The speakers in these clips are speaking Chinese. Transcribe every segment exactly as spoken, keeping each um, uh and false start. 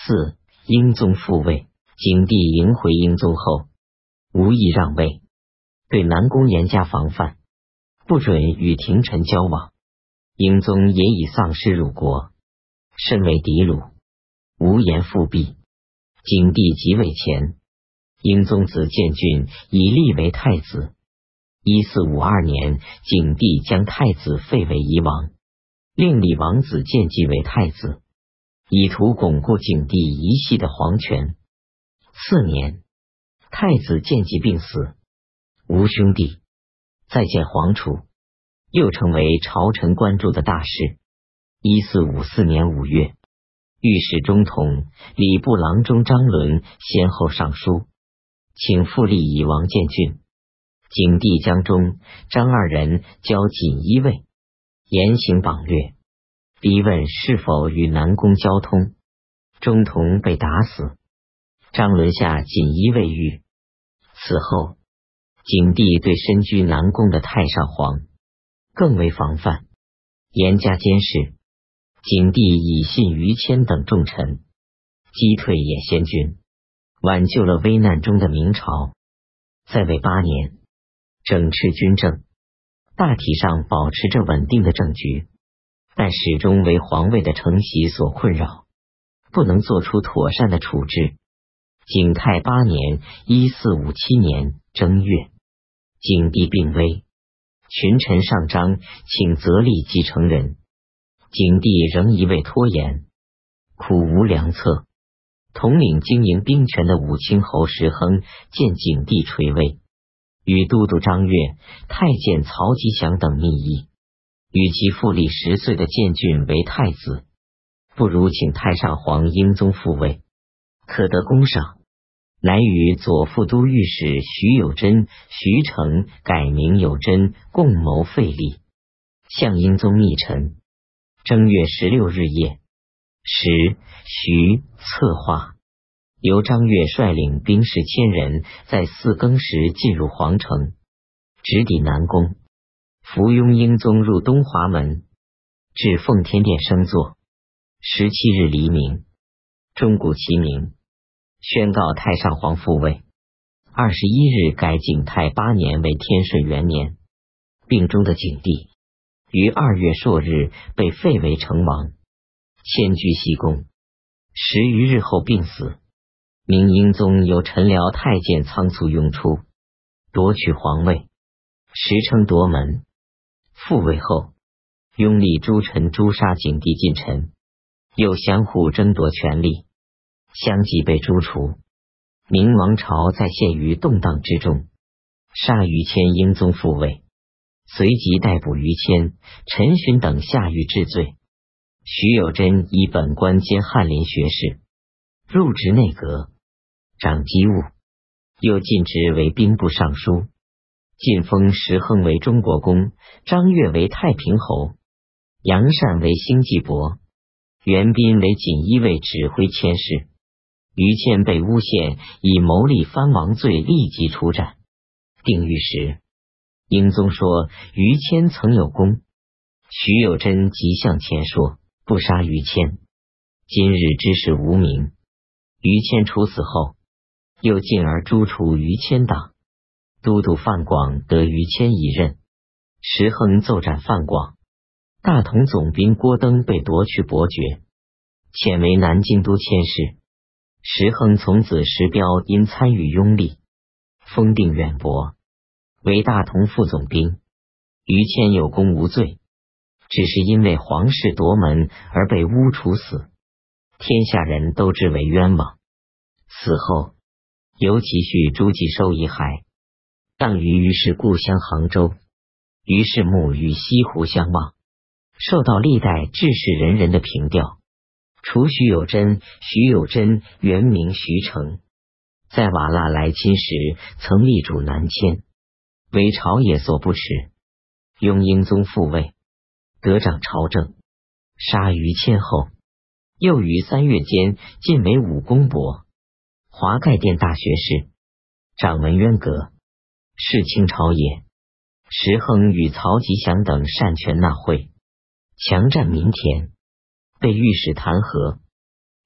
四、英宗复位，景帝迎回英宗后，无意让位，对南宫严加防范，不准与廷臣交往。英宗也已丧失辱国，身为嫡鲁，无颜复辟。景帝即位前，英宗子建俊已立为太子。一四五二年，景帝将太子废为夷王，另立王子建继为太子，以图巩固景帝一系的皇权。次年，太子建继病死，无兄弟，再见皇储，又成为朝臣关注的大事。一四五四年五月，御史中统、礼部郎中张伦先后上书，请复立以王建俊。景帝将中、张二人交锦衣卫，严刑绑掠，逼问是否与南宫交通。中统被打死，张伦下锦衣卫狱。此后，景帝对身居南宫的太上皇更为防范，严加监视。景帝以信于谦等重臣，击退野先军，挽救了危难中的明朝。在位八年，整治军政，大体上保持着稳定的政局，但始终为皇位的承袭所困扰，不能做出妥善的处置。景泰八年（一四五七年）正月，景帝病危，群臣上章请择立继承人，景帝仍一味拖延，苦无良策。统领经营兵权的武清侯石亨见景帝垂危，与都督张悦、太监曹吉祥等密议，与其复立十岁的建俊为太子，不如请太上皇英宗复位，可得功赏。乃与左副都御史徐有贞、徐成改名有贞，共谋废立，向英宗密陈。正月十六日夜，时徐策划，由张悦率领兵士千人，在四更时进入皇城，直抵南宫，伏拥英宗入东华门，至奉天殿升座。十七日黎明，钟鼓齐鸣，宣告太上皇复位。二十一日改景泰八年为天顺元年。病中的景帝于二月朔日被废为成王，迁居西宫，十余日后病死。明英宗由臣僚太监仓促拥出，夺取皇位，时称夺门。复位后，拥立诸臣诛杀景帝近臣，又相互争夺权力，相继被诛除。明王朝再陷于动荡之中。杀于谦英宗复位，随即逮捕于谦、陈询等下狱治罪。徐有贞以本官兼翰林学士，入职内阁，掌机务，又进职为兵部尚书，晋封石亨为中国公，张悦为太平侯，杨善为兴济伯，袁彬为锦衣卫指挥佥事。于谦被诬陷以谋立藩王罪，立即处斩。定狱时，英宗说于谦曾有功，徐有贞即向前说不杀于谦，今日之事无名。于谦处死后，又进而诛除于谦党。都督范广得于谦一任，石亨奏斩范广。大同总兵郭登被夺去伯爵，迁为南京都佥事。石亨从子石彪因参与拥立，封定远伯为大同副总兵。于谦有功无罪，只是因为皇室夺门而被诬处死，天下人都知为冤枉。死后，由其婿朱继收遗骸，葬于于氏故乡杭州。于氏墓与西湖相望，受到历代志士仁人的凭吊。除徐有贞，徐有贞原名徐成，在瓦剌来侵时曾力主南迁，为朝野所不齿。拥英宗复位，得掌朝政，杀于谦后，又于三月间晋为武功伯、华盖殿大学士，掌文渊阁，事清朝野。石亨与曹吉祥等擅权纳贿，强占民田，被御史弹劾。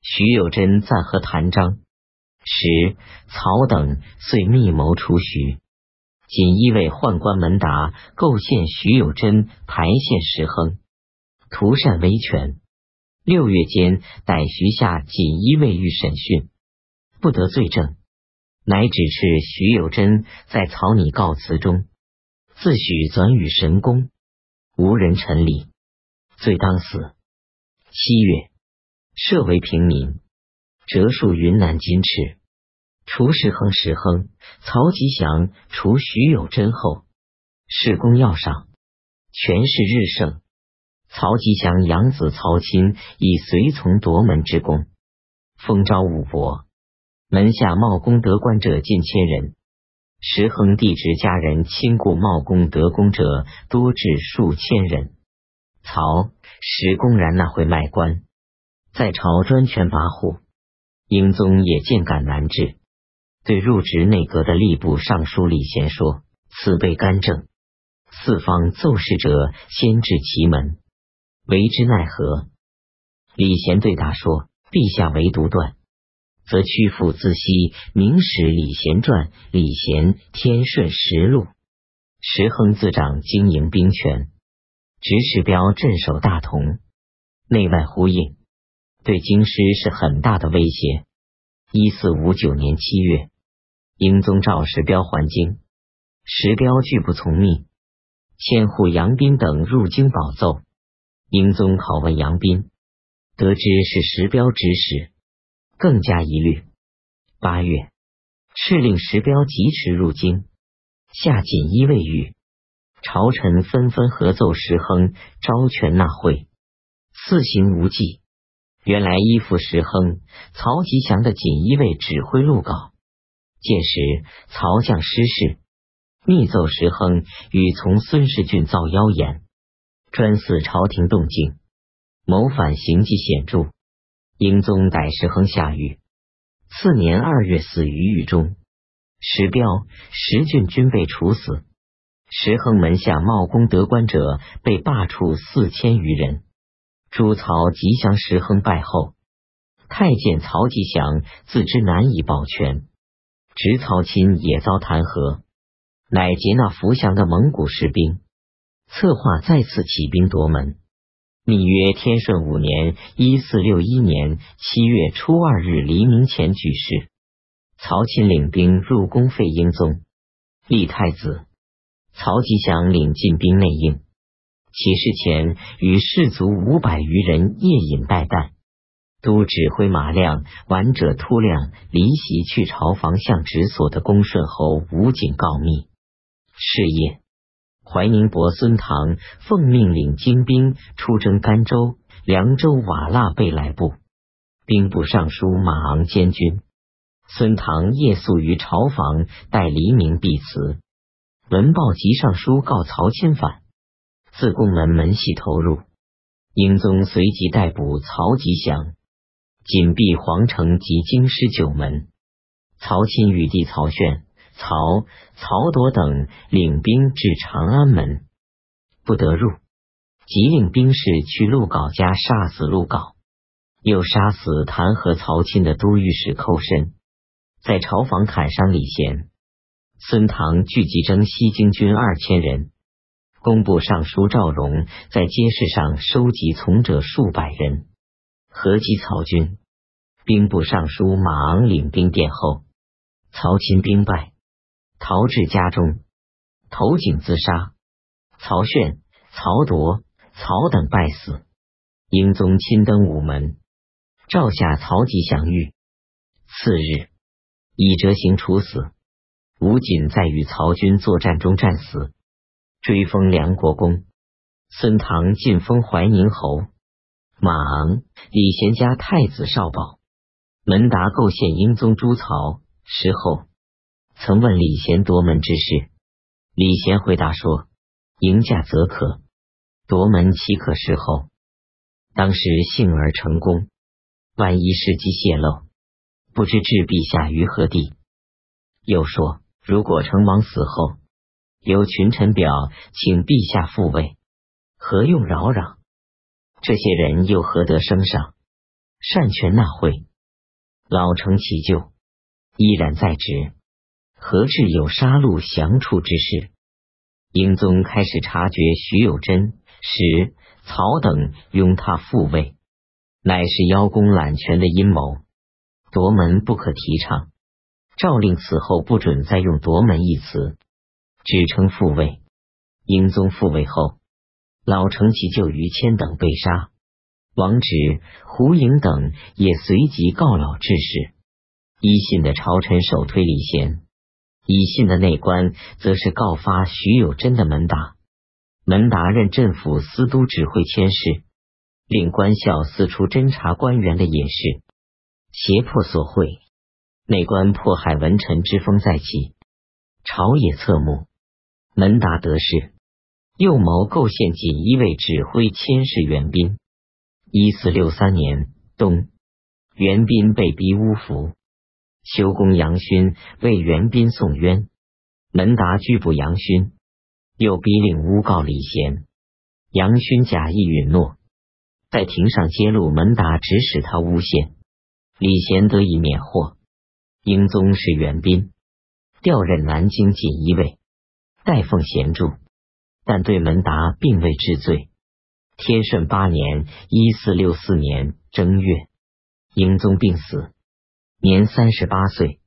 徐有贞赞和谭章、石、曹等遂密谋除徐。锦衣卫宦官门达构陷徐有贞，排陷石亨，图擅威权。六月间，逮徐下锦衣卫狱审讯，不得罪证，乃指示徐有贞在草拟告辞中自诩转与神功，无人陈礼，罪当死。七月，设为平民，折戍云南金池。除石亨、石亨、曹吉祥除徐有贞后，事功要赏，权势日盛。曹吉祥养子曹钦以随从夺门之功，封昭武伯，门下冒功得官者近千人。石亨弟侄家人亲故冒功得功者多至数千人。曹、石公然纳贿卖官，在朝专权跋扈。英宗也渐感难治，对入职内阁的吏部尚书李贤说：“此辈干政，四方奏事者先至其门，为之奈何？”李贤对答说：“陛下为独断，则屈服自息。明史李贤传，李贤天顺实录。石亨自掌经营兵权，执石标镇守大同，内外呼应，对京师是很大的威胁。”一四五九年七月，英宗召石标还京，石标拒不从命，千户杨斌等入京保奏。英宗拷问杨斌，得知是石标指使，更加疑虑。八月，敕令石标疾驰入京，下锦衣卫狱。朝臣纷纷合奏石亨招权纳贿，肆行无忌。原来依附石亨、曹吉祥的锦衣卫指挥录稿，届时曹将失势，密奏石亨与从孙世俊造妖言，专肆朝廷动静，谋反行迹显著。英宗逮石亨下狱，次年二月死于狱中。石标、石俊均被处死。石亨门下冒功得官者被罢黜四千余人。诸曹吉祥石亨败后，太监曹吉祥自知难以保全，侄曹钦也遭弹劾，乃接纳扶降的蒙古士兵，策划再次起兵夺门。密约天顺五年一四六一年七月初二日黎明前举事，曹钦领兵入宫废英宗，立太子。曹吉祥领进兵内应。起事前，与士卒五百余人夜饮待旦，都指挥马亮、挽者突亮离席去朝房向直所的恭顺侯吴景告密。是夜，怀宁伯孙唐奉命领精兵出征甘州、凉州瓦剌贝莱部，兵部尚书马昂监军。孙唐夜宿于朝房，待黎明必辞。闻报及上书告曹钦反，自宫门门系投入。英宗随即逮捕曹吉祥，紧闭皇城及京师九门。曹钦与弟曹炫、曹、曹铎等领兵至长安门，不得入，即令兵士去陆稿家杀死陆稿，又杀死弹劾曹钦的都御史寇申，在朝房砍伤李贤。孙唐聚集征西京军二千人。工部尚书赵荣在街市上收集从者数百人，合击曹军。兵部尚书马昂领兵殿后，曹钦兵败，逃至家中，投井自杀。曹炫、曹铎、曹等败死。英宗亲登午门，诏下曹吉祥狱。次日，以折刑处死。吴瑾在与曹军作战中战死，追封梁国公。孙唐晋封怀宁侯。马昂、李贤家太子少保。门达构陷英宗诛曹。事后曾问李贤夺门之事，李贤回答说：迎驾则可，夺门岂可事后？当时幸而成功，万一事机泄露，不知置陛下于何地。又说，如果成王死后，由群臣表请陛下复位，何用扰攘？这些人又何得升上？ 擅权纳贿，老成其就，依然在职，何至有杀戮降处之事？英宗开始察觉徐有贞、石、曹等拥他复位，乃是邀功揽权的阴谋，夺门不可提倡。诏令此后不准再用夺门一词，只称复位。英宗复位后，老成其就于谦等被杀，王直、胡颖等也随即告老致仕。一信的朝臣首推李贤，以信的内官则是告发徐有贞的门达。门达任镇抚司都指挥佥事，令官校四处侦查官员的隐事，胁迫索贿。内官迫害文臣之风再起，朝野侧目。门达得势，又谋构陷锦衣卫指挥佥事袁彬。一四六三年冬，袁彬被逼乌伏，修公杨勋为袁彬送冤，门达拘捕杨勋，又逼令诬告李贤。杨勋假意允诺，在庭上揭露门达指使他诬陷，李贤得以免获。英宗是袁彬，调任南京锦衣卫，代奉贤助，但对门达并未治罪。天顺八年（一四六四年）正月，英宗病死，年三十八岁。